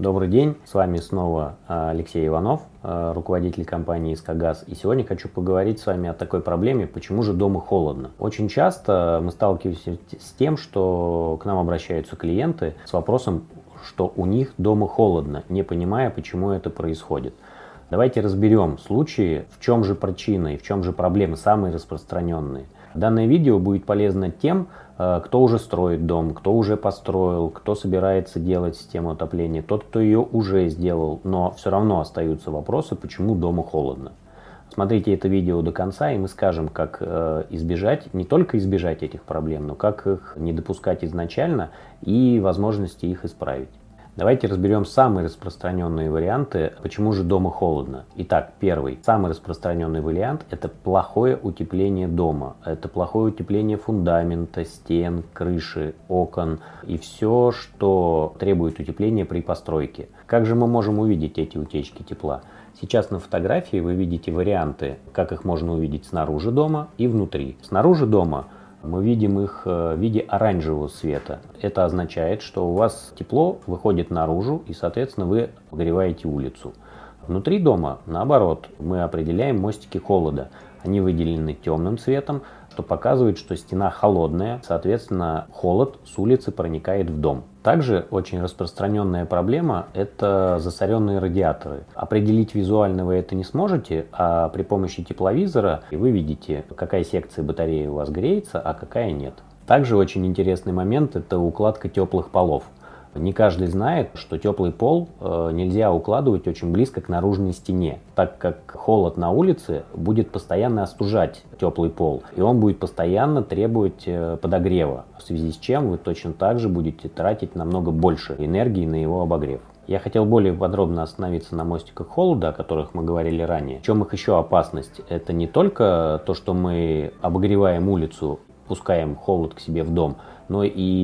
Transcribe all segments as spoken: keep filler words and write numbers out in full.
Добрый день, с вами снова Алексей Иванов, руководитель компании «Искогаз». И сегодня хочу поговорить с вами о такой проблеме, почему же дома холодно. Очень часто мы сталкиваемся с тем, что к нам обращаются клиенты с вопросом, что у них дома холодно, не понимая, почему это происходит. Давайте разберем случаи, в чем же причина и в чем же проблемы самые распространенные. Данное видео будет полезно тем, кто уже строит дом, кто уже построил, кто собирается делать систему отопления, тот, кто ее уже сделал, но все равно остаются вопросы, почему дома холодно. Смотрите это видео до конца, и мы скажем, как избежать, не только избежать этих проблем, но как их не допускать изначально и возможности их исправить. Давайте разберем самые распространенные варианты, почему же дома холодно. Итак, первый, самый распространенный вариант – это плохое утепление дома. Это плохое утепление фундамента, стен, крыши, окон и все, что требует утепления при постройке. Как же мы можем увидеть эти утечки тепла? Сейчас на фотографии вы видите варианты, как их можно увидеть снаружи дома и внутри. Снаружи дома мы видим их в виде оранжевого цвета. Это означает, что у вас тепло выходит наружу и, соответственно, вы обогреваете улицу. Внутри дома, наоборот, мы определяем мостики холода. Они выделены темным цветом, что показывает, что стена холодная, соответственно, холод с улицы проникает в дом. Также очень распространенная проблема – это засоренные радиаторы. Определить визуально вы это не сможете, а при помощи тепловизора вы видите, какая секция батареи у вас греется, а какая нет. Также очень интересный момент – это укладка теплых полов. Не каждый знает, что теплый пол нельзя укладывать очень близко к наружной стене, так как холод на улице будет постоянно остужать теплый пол, и он будет постоянно требовать подогрева, в связи с чем вы точно так же будете тратить намного больше энергии на его обогрев. Я хотел более подробно остановиться на мостиках холода, о которых мы говорили ранее. В чем их еще опасность? Это не только то, что мы обогреваем улицу, пускаем холод к себе в дом, но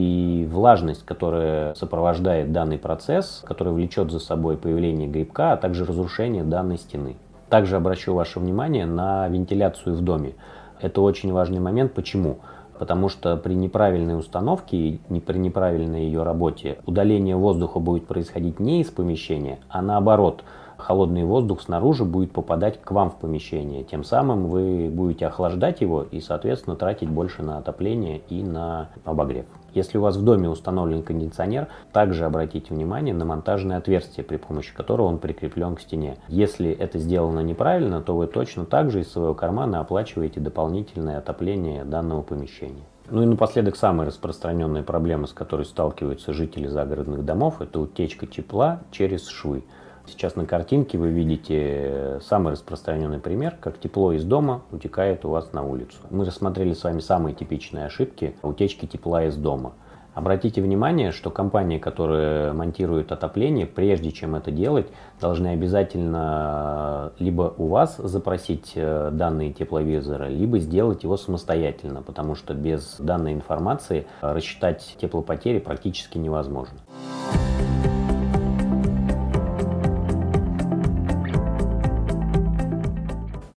и влажность, которая сопровождает данный процесс, который влечет за собой появление грибка, а также разрушение данной стены. Также обращу ваше внимание на вентиляцию в доме. Это очень важный момент. Почему? Потому что при неправильной установке и при неправильной ее работе удаление воздуха будет происходить не из помещения, а наоборот. Холодный воздух снаружи будет попадать к вам в помещение. Тем самым вы будете охлаждать его и, соответственно, тратить больше на отопление и на обогрев. Если у вас в доме установлен кондиционер, также обратите внимание на монтажное отверстие, при помощи которого он прикреплен к стене. Если это сделано неправильно, то вы точно так же из своего кармана оплачиваете дополнительное отопление данного помещения. Ну и напоследок, самая распространенная проблема, с которой сталкиваются жители загородных домов, это утечка тепла через швы. Сейчас на картинке вы видите самый распространенный пример, как тепло из дома утекает у вас на улицу. Мы рассмотрели с вами самые типичные ошибки утечки тепла из дома. Обратите внимание, что компании, которые монтируют отопление, прежде чем это делать, должны обязательно либо у вас запросить данные тепловизора, либо сделать его самостоятельно, потому что без данной информации рассчитать теплопотери практически невозможно.